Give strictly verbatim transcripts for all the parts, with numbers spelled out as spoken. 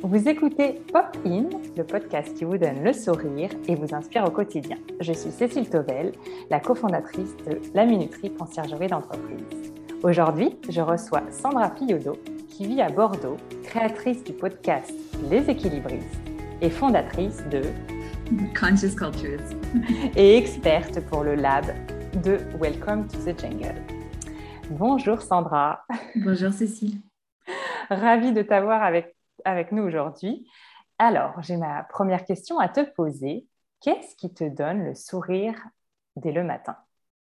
Vous écoutez Pop In, le podcast qui vous donne le sourire et vous inspire au quotidien. Je suis Cécile Tovel, la cofondatrice de La Minuterie Conciergerie d'entreprise. Aujourd'hui, je reçois Sandra Fiodo, qui vit à Bordeaux, créatrice du podcast Les Équilibristes et fondatrice de Conscious Cultures et experte pour le lab de Welcome to the Jungle. Bonjour Sandra. Bonjour Cécile. Ravie de t'avoir avec, avec nous aujourd'hui. Alors, j'ai ma première question à te poser. Qu'est-ce qui te donne le sourire dès le matin?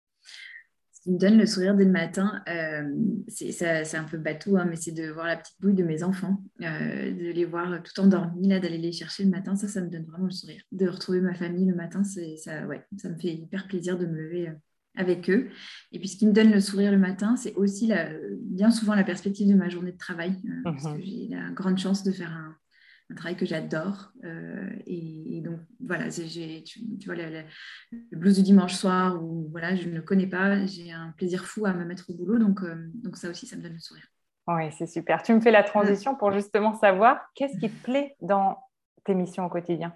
Ce qui me donne le sourire dès le matin, euh, c'est, ça, c'est un peu bateau, hein, mais c'est de voir la petite bouille de mes enfants, euh, de les voir tout endormis, là, d'aller les chercher le matin. Ça, ça me donne vraiment le sourire. De retrouver ma famille le matin, c'est, ça, ouais, ça me fait hyper plaisir de me lever euh, avec eux. Et puis, ce qui me donne le sourire le matin, c'est aussi la, bien souvent la perspective de ma journée de travail, euh, mm-hmm. parce que j'ai la grande chance de faire un, un travail que j'adore. Euh, et, et donc, voilà, c'est, j'ai, tu, tu vois, le, le, le blues du dimanche soir où voilà, je ne le connais pas, j'ai un plaisir fou à me mettre au boulot. Donc, euh, donc ça aussi, ça me donne le sourire. Oui, c'est super. Tu me fais la transition pour justement savoir qu'est-ce qui te plaît dans tes missions au quotidien?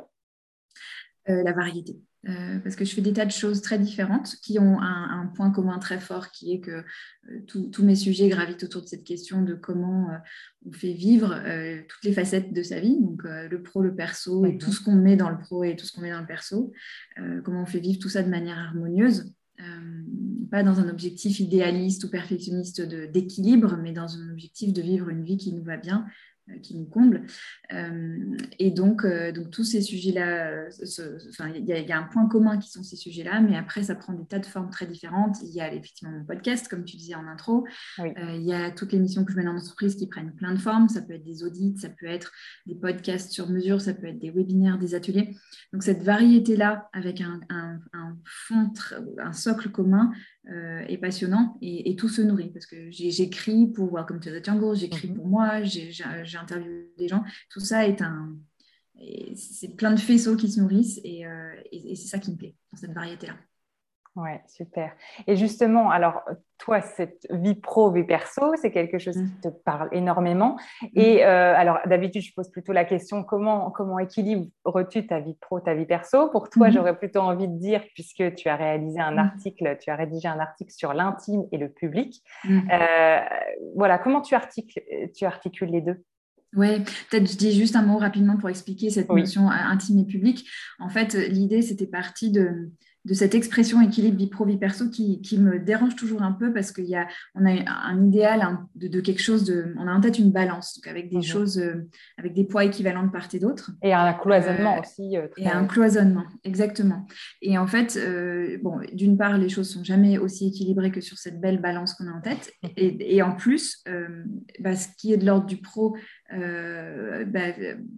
Euh, la variété. Euh, parce que je fais des tas de choses très différentes qui ont un, un point commun très fort qui est que euh, tous mes sujets gravitent autour de cette question de comment euh, on fait vivre euh, toutes les facettes de sa vie, donc euh, le pro, le perso et mm-hmm. tout ce qu'on met dans le pro et tout ce qu'on met dans le perso, euh, comment on fait vivre tout ça de manière harmonieuse, euh, pas dans un objectif idéaliste ou perfectionniste de, d'équilibre, mais dans un objectif de vivre une vie qui nous va bien, qui nous comble. Euh, et donc, euh, donc, tous ces sujets-là, il y, y a un point commun qui sont ces sujets-là, mais après, ça prend des tas de formes très différentes. Il y a effectivement mon podcast, comme tu disais en intro. Oui. Euh, il y a toutes les missions que je mène en entreprise qui prennent plein de formes. Ça peut être des audits, ça peut être des podcasts sur mesure, ça peut être des webinaires, des ateliers. Donc, cette variété-là, avec un, un, un fond, un socle commun, Euh, est passionnant et, et tout se nourrit parce que j'ai, j'écris pour Welcome to the Jungle, j'écris mm-hmm. pour moi, j'ai, j'ai, j'ai interviewé des gens. Tout ça est un... Et c'est plein de faisceaux qui se nourrissent et, euh, et, et c'est ça qui me plaît dans cette variété-là. Ouais, super. Et justement, alors, toi, cette vie pro, vie perso, c'est quelque chose mmh. qui te parle énormément. Mmh. Et euh, alors, d'habitude, je pose plutôt la question, comment, comment équilibres-tu ta vie pro, ta vie perso? Pour toi, mmh. j'aurais plutôt envie de dire, puisque tu as réalisé un mmh. article, tu as rédigé un article sur l'intime et le public. Mmh. Euh, voilà, comment tu articules, tu articules les deux? Oui, peut-être je dis juste un mot rapidement pour expliquer cette oui. notion intime et publique. En fait, l'idée, c'était parti de, de cette expression équilibre vie pro, vie perso qui, qui me dérange toujours un peu parce qu'on a, a un idéal un, de, de quelque chose, de, on a en tête une balance, donc avec des mmh. choses, euh, avec des poids équivalents de part et d'autre. Et un cloisonnement euh, aussi. Euh, très... Et un cloisonnement, exactement. Et en fait, euh, bon, d'une part, les choses sont jamais aussi équilibrées que sur cette belle balance qu'on a en tête. Et, et en plus, euh, bah, ce qui est de l'ordre du pro, Euh, bah,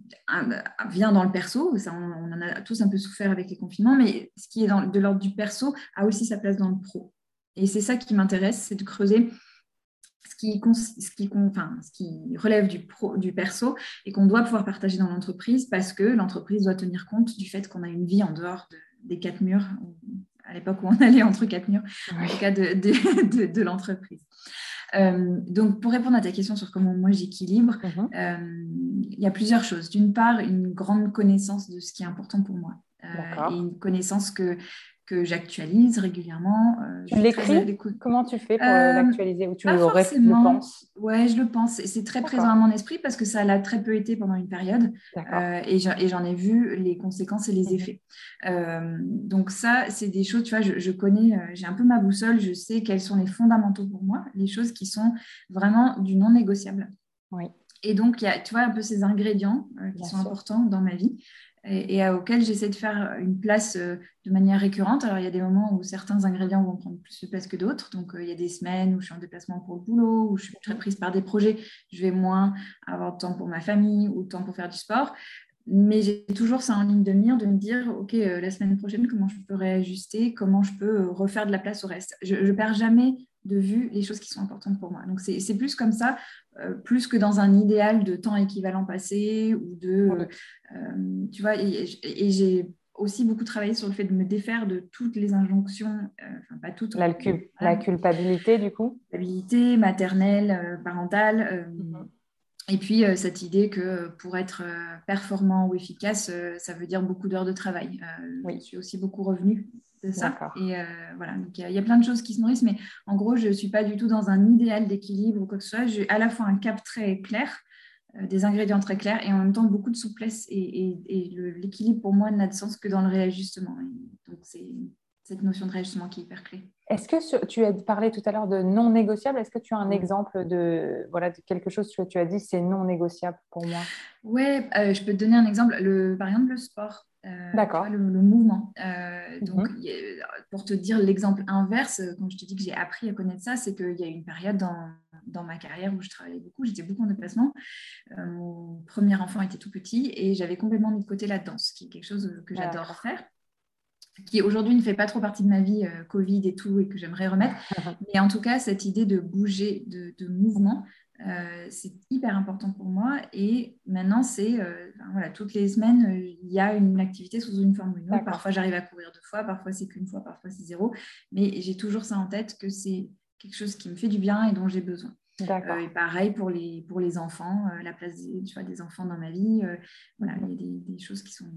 vient dans le perso, ça, on, on en a tous un peu souffert avec les confinements, mais ce qui est dans, de l'ordre du perso a aussi sa place dans le pro. Et c'est ça qui m'intéresse, c'est de creuser ce qui, ce qui, enfin, ce qui relève du, pro, du perso et qu'on doit pouvoir partager dans l'entreprise parce que l'entreprise doit tenir compte du fait qu'on a une vie en dehors de, des quatre murs, à l'époque où on allait entre quatre murs, oui. en tout cas de, de, de, de l'entreprise. Euh, donc, pour répondre à ta question sur comment moi j'équilibre, il mm-hmm. euh, y a plusieurs choses. D'une part, une grande connaissance de ce qui est important pour moi euh, et une connaissance que, que j'actualise régulièrement. Euh, tu l'écris? Comment tu fais pour euh, l'actualiser? Ou tu le, le penses? Oui, je le pense. Et c'est très D'accord. présent à mon esprit parce que ça l'a très peu été pendant une période. Euh, et, j'en, et j'en ai vu les conséquences et les mm-hmm. effets. Euh, donc ça, c'est des choses, tu vois, je, je connais, euh, j'ai un peu ma boussole, je sais quels sont les fondamentaux pour moi, les choses qui sont vraiment du non négociable. Oui. Et donc, il y a, tu vois, un peu ces ingrédients euh, qui Bien sont sûr. importants dans ma vie. Et, et auxquels j'essaie de faire une place euh, de manière récurrente. Alors, il y a des moments où certains ingrédients vont prendre plus de place que d'autres. Donc, euh, il y a des semaines où je suis en déplacement pour le boulot, où je suis très prise par des projets. Je vais moins avoir de temps pour ma famille ou de temps pour faire du sport. Mais j'ai toujours ça en ligne de mire, de me dire, OK, euh, la semaine prochaine, comment je peux réajuster, comment je peux euh, refaire de la place au reste. Je ne perds jamais de vue les choses qui sont importantes pour moi. Donc, c'est, c'est plus comme ça, euh, plus que dans un idéal de temps équivalent passé ou de... Oui. Euh, tu vois, et, et j'ai aussi beaucoup travaillé sur le fait de me défaire de toutes les injonctions, euh, enfin, pas toutes. La, cul- la culpabilité, du coup Culpabilité maternelle, euh, parentale, euh, mm-hmm. Et puis, euh, cette idée que pour être euh, performant ou efficace, euh, ça veut dire beaucoup d'heures de travail. Euh, je Oui, suis aussi beaucoup revenue de ça. d'accord. Et euh, voilà, donc il y, a- il y a plein de choses qui se nourrissent, mais en gros, je ne suis pas du tout dans un idéal d'équilibre ou quoi que ce soit. J'ai à la fois un cap très clair, euh, des ingrédients très clairs, et en même temps beaucoup de souplesse. Et, et- et le- l'équilibre, pour moi, n'a de sens que dans le réajustement. Et donc, c'est cette notion de réajustement qui est hyper clé. Est-ce que sur- tu as parlé tout à l'heure de non négociable? Est-ce que tu as un Mm. exemple de, voilà, de quelque chose que tu as dit, c'est non négociable pour moi? Ouais, euh, je peux te donner un exemple. Le, par exemple, le sport, euh, tu vois, D'accord. le, le mouvement. Euh, donc, Mhm. il y a- pour te dire l'exemple inverse, euh, quand je te dis que j'ai appris à connaître ça, c'est qu'il y a eu une période dans, dans ma carrière où je travaillais beaucoup, j'étais beaucoup en déplacement. Euh, mon premier enfant était tout petit et j'avais complètement mis de côté la danse, qui est quelque chose euh, que j'adore D'accord. faire, qui aujourd'hui ne fait pas trop partie de ma vie, euh, Covid et tout, et que j'aimerais remettre. Mais en tout cas, cette idée de bouger, de, de mouvement, euh, c'est hyper important pour moi. Et maintenant, c'est euh, enfin, voilà, toutes les semaines, euh, il y a une activité sous une forme ou une autre. D'accord. Parfois, j'arrive à courir deux fois, parfois c'est qu'une fois, parfois c'est zéro. Mais j'ai toujours ça en tête que c'est quelque chose qui me fait du bien et dont j'ai besoin. Euh, et D'accord. pareil pour les, pour les enfants, euh, la place des, tu vois, des enfants dans ma vie. Euh, voilà, il y a des, des choses qui sont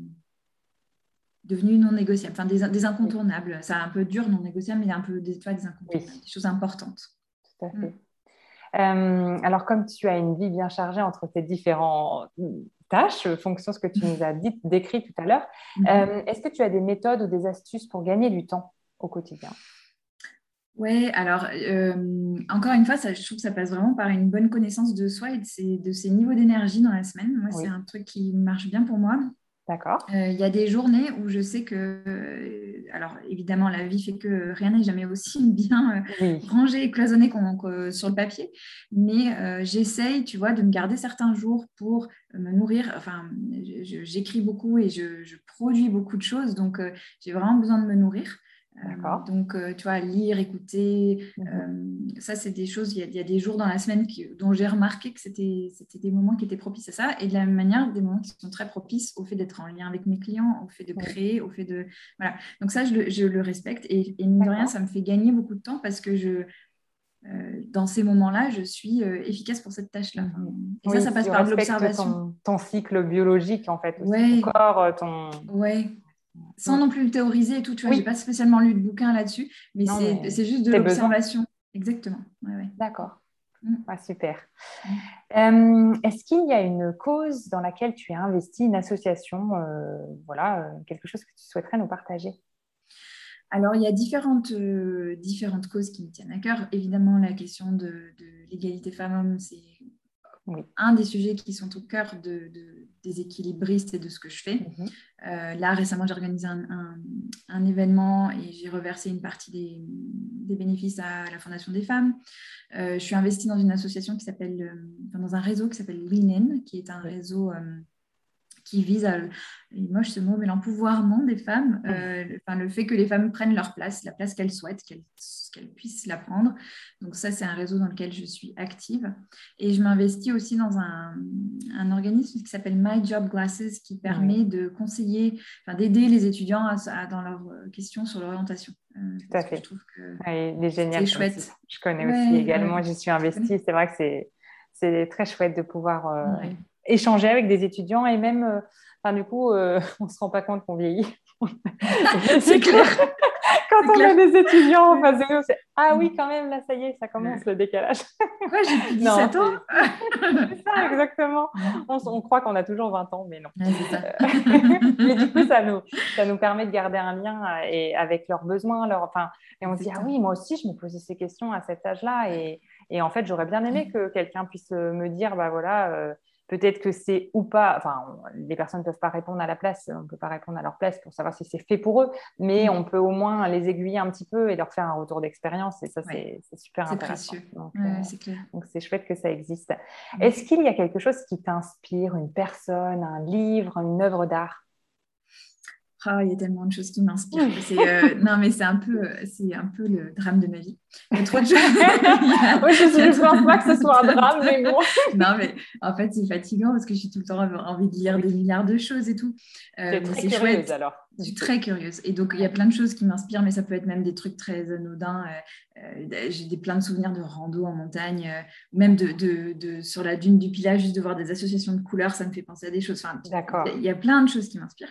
devenus non négociables, enfin des, des Oui, incontournables. C'est un peu dur, non négociable, mais un peu des, tu vois, des oui, incontournables, des choses importantes. tout à Mm. fait. Euh, alors, comme tu as une vie bien chargée entre tes différentes tâches, fonctions, ce que tu nous as dit, décrit tout à l'heure, Mhm. euh, est-ce que tu as des méthodes ou des astuces pour gagner du temps au quotidien? Ouais, alors euh, encore une fois, ça, je trouve que ça passe vraiment par une bonne connaissance de soi et de ses, de ses niveaux d'énergie dans la semaine. Moi, c'est Oui, un truc qui marche bien pour moi. d'accord. Euh, Il y a des journées où je sais que, euh, alors évidemment, la vie fait que rien n'est jamais aussi bien euh, Oui, rangé et cloisonné qu'on- que sur le papier, mais euh, j'essaye, tu vois, de me garder certains jours pour me nourrir. Enfin, je- je- j'écris beaucoup et je, je produis beaucoup de choses, donc euh, j'ai vraiment besoin de me nourrir. Euh, d'accord. donc, euh, tu vois, lire, écouter, Mhm. euh, ça, c'est des choses, il y, a, il y a des jours dans la semaine qui- dont j'ai remarqué que c'était, c'était des moments qui étaient propices à ça, et de la même manière, des moments qui sont très propices au fait d'être en lien avec mes clients, au fait de Oui, créer, au fait de... Voilà. Donc ça, je le, je le respecte, et, et mine de rien, d'accord. ça me fait gagner beaucoup de temps parce que je, euh, dans ces moments-là, je suis euh, efficace pour cette tâche-là. Enfin, Mhm. et ça, Oui, ça passe tu par de respectes l'observation. ton, ton cycle biologique, en fait, aussi, ton Ouais, corps, euh, ton... ouais. Sans Mm. non plus le théoriser et tout, tu vois, j'ai Oui, pas spécialement lu de bouquin là-dessus, mais non, c'est mais c'est juste de tes besoins. l'observation. Exactement. Ouais, ouais. D'accord. Mm, Ah, super. mm. Euh, est-ce qu'il y a une cause dans laquelle tu as investi, une association, euh, voilà, euh, quelque chose que tu souhaiterais nous partager? Alors, il y a différentes, euh, différentes causes qui me tiennent à cœur. Évidemment, la question de, de l'égalité femmes-hommes, c'est Oui. un des sujets qui sont au cœur de, de- des équilibristes et de ce que je fais. Mhm. Euh, là, récemment, j'ai organisé un, un- un événement et j'ai reversé une partie des, des bénéfices à la Fondation des femmes. Euh, je suis investie dans une association qui s'appelle, euh, enfin, dans un réseau qui s'appelle Lean In, qui est un Oui. réseau euh, qui vise à, il est moche ce mot, mais l'empouvoirment des femmes, Mhm. euh, le, enfin, le fait que les femmes prennent leur place, la place qu'elles souhaitent, qu'elles qu'elles puissent la prendre. Donc ça, c'est un réseau dans lequel je suis active. Et je m'investis aussi dans un, un organisme qui s'appelle My Job Glasses, qui Oui, permet de conseiller, enfin, d'aider les étudiants à, à, dans leurs questions sur l'orientation. Euh, tout à parce que je fait. trouve que Ouais, il est c'est génial comme chouette. site. Je connais aussi Ouais, ouais. également, j'y suis Tu connais? investie. C'est vrai que c'est c'est très chouette de pouvoir euh, Ouais. échanger avec des étudiants et même, euh, enfin, du coup, euh, on ne se rend pas compte qu'on vieillit. Et C'est du coup, clair, quand c'est on a clair. des étudiants en Ouais. face de nous, c'est ah oui, quand même, là, ça y est, ça commence Ouais. le décalage. Quoi, j'ai plus Non, dix-sept ans? c'est c'est ça, exactement. Ouais. On, s- on croit qu'on a toujours vingt ans, mais non. Ouais, c'est ça. Euh, mais du coup, ça nous, ça nous permet de garder un lien euh, et avec leurs besoins, leurs, enfin, et on se dit, ah oui, Exactement. moi aussi, je me posais ces questions à cet âge-là. Et, et en fait, j'aurais bien aimé que quelqu'un puisse euh, me dire, bah voilà, euh, peut-être que c'est ou pas, enfin, on- les personnes ne peuvent pas répondre à la place, on ne peut pas répondre à leur place pour savoir si c'est fait pour eux, mais on Mm. peut au moins les aiguiller un petit peu et leur faire un retour d'expérience. Et ça, Ouais, c'est c'est super c'est intéressant. précieux. Donc, euh, Ouais, c'est clair. donc c'est chouette que ça existe. Mm. Est-ce qu'il y a quelque chose qui t'inspire, une personne, un livre, une œuvre d'art? Oh, il y a tellement de choses qui m'inspirent. C'est, euh, non, mais c'est un, peu, c'est un peu le drame de ma vie. Il y a trop de choses. Oui, je ne pense pas que ce soit un drame, mais bon. Non, mais en fait, c'est fatigant parce que j'ai tout le temps envie de lire oui. des milliards de choses et tout. Euh, tu es très c'est curieuse chouette. alors. Je suis très curieuse. Et donc, il y a plein de choses qui m'inspirent, mais ça peut être même des trucs très anodins. Euh, euh, j'ai des, plein de souvenirs de rando en montagne, euh, même de, de, de, sur la dune du Pilat, juste de voir des associations de couleurs, ça me fait penser à des choses. Enfin, D'accord. Il y a plein de choses qui m'inspirent.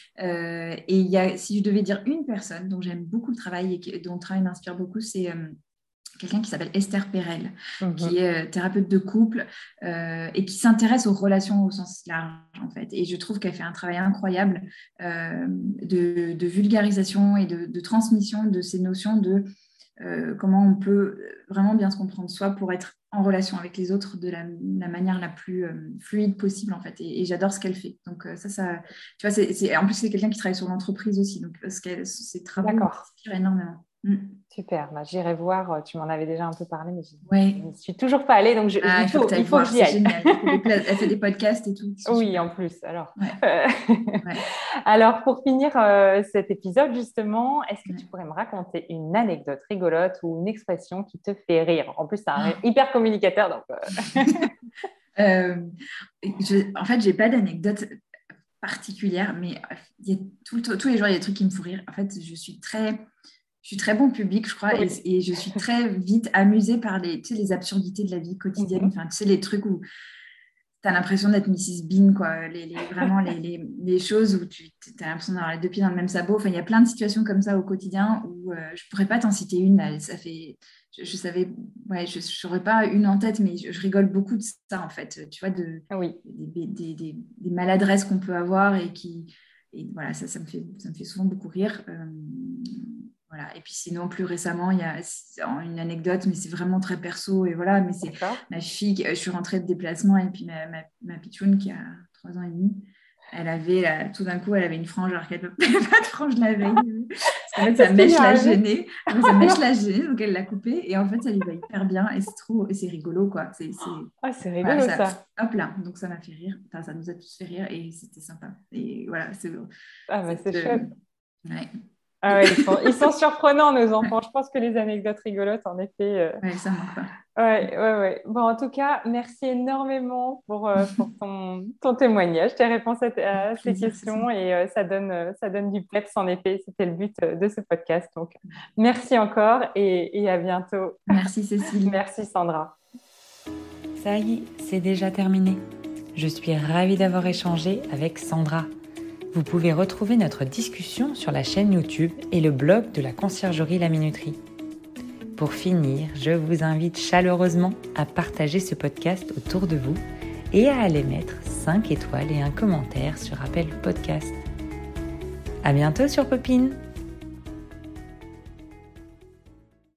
Euh, et il y a, si je devais dire une personne dont j'aime beaucoup le travail et qui, dont le travail m'inspire beaucoup, c'est euh, quelqu'un qui s'appelle Esther Perel, mm-hmm. qui est euh, thérapeute de couple euh, et qui s'intéresse aux relations au sens large, en fait. Et je trouve qu'elle fait un travail incroyable euh, de, de vulgarisation et de, de transmission de ces notions de euh, comment on peut vraiment bien se comprendre soi pour être en relation avec les autres de la, la manière la plus euh, fluide possible, en fait. Et, et j'adore ce qu'elle fait. Donc, euh, ça, ça, tu vois, c'est, c'est, en plus, c'est quelqu'un qui travaille sur l'entreprise aussi. Donc, ce qu'elle, ses travaux m'inspirent énormément. Mm. Super. Bah, j'irai voir. Tu m'en avais déjà un peu parlé, mais je ouais. ne suis toujours pas allée. Donc, je, ah, il faut, il faut que j'y aille. Génial. Elle, fait des, elle fait des podcasts et tout. Oui, super. En plus. Alors, ouais. euh, ouais. alors pour finir euh, cet épisode, justement, est-ce que ouais. tu pourrais me raconter une anecdote rigolote ou une expression qui te fait rire? En plus, c'est un oh. hyper communicateur. Donc, euh... euh, je, en fait, je n'ai pas d'anecdote particulière, mais il y a tout, tout, tous les jours, il y a des trucs qui me font rire. En fait, je suis très... Je suis très bon public, je crois, oui. et, et je suis très vite amusée par les, tu sais, les absurdités de la vie quotidienne. Enfin, tu sais, les trucs où tu as l'impression d'être missus Bean, quoi. Les, les, vraiment les, les, les choses où tu as l'impression d'avoir les deux pieds dans le même sabot. Enfin, il y a plein de situations comme ça au quotidien où euh, je ne pourrais pas t'en citer une. Là. Ça fait, je, je savais, ouais, je n'aurais pas une en tête, mais je, je rigole beaucoup de ça, en fait. Tu vois, de, oui. des, des, des, des maladresses qu'on peut avoir et qui... Et voilà, ça, ça, me fait, ça me fait souvent beaucoup rire. Euh, Voilà. Et puis sinon, plus récemment, il y a une anecdote, mais c'est vraiment très perso. Et voilà, mais c'est D'accord. ma fille, je suis rentrée de déplacement et puis ma, ma, ma pitchoune qui a trois ans et demi, elle avait, là, tout d'un coup, elle avait une frange alors qu'elle n'avait pas de frange la veille. Parce qu'en fait, sa mèche l'a gênée. Sa mèche l'a gênée, donc elle l'a coupée. Et en fait, ça lui va hyper bien. Et c'est trop, et c'est rigolo, quoi. C'est, c'est, ah, c'est rigolo, voilà, ça, ça. Hop là. Donc ça m'a fait rire. Enfin, ça nous a tous fait rire et c'était sympa. Et voilà, c'est Ah, bah, c'est, c'est chouette. Ouais. Ah ouais, ils, sont, ils sont surprenants, nos enfants. Je pense que les anecdotes rigolotes, en effet. Euh... Oui, ça manque pas. Ouais, ouais, ouais. Bon, en tout cas, merci énormément pour, euh, pour ton, ton témoignage, tes réponses à, à ces questions. Et euh, ça, donne, ça donne du peps, en effet. C'était le but de ce podcast. Donc, merci encore et, et à bientôt. Merci, Cécile. Merci, Sandra. Ça y est, c'est déjà terminé. Je suis ravie d'avoir échangé avec Sandra. Vous pouvez retrouver notre discussion sur la chaîne YouTube et le blog de la Conciergerie La Minuterie. Pour finir, je vous invite chaleureusement à partager ce podcast autour de vous et à aller mettre cinq étoiles et un commentaire sur Apple Podcast. À bientôt sur Popine!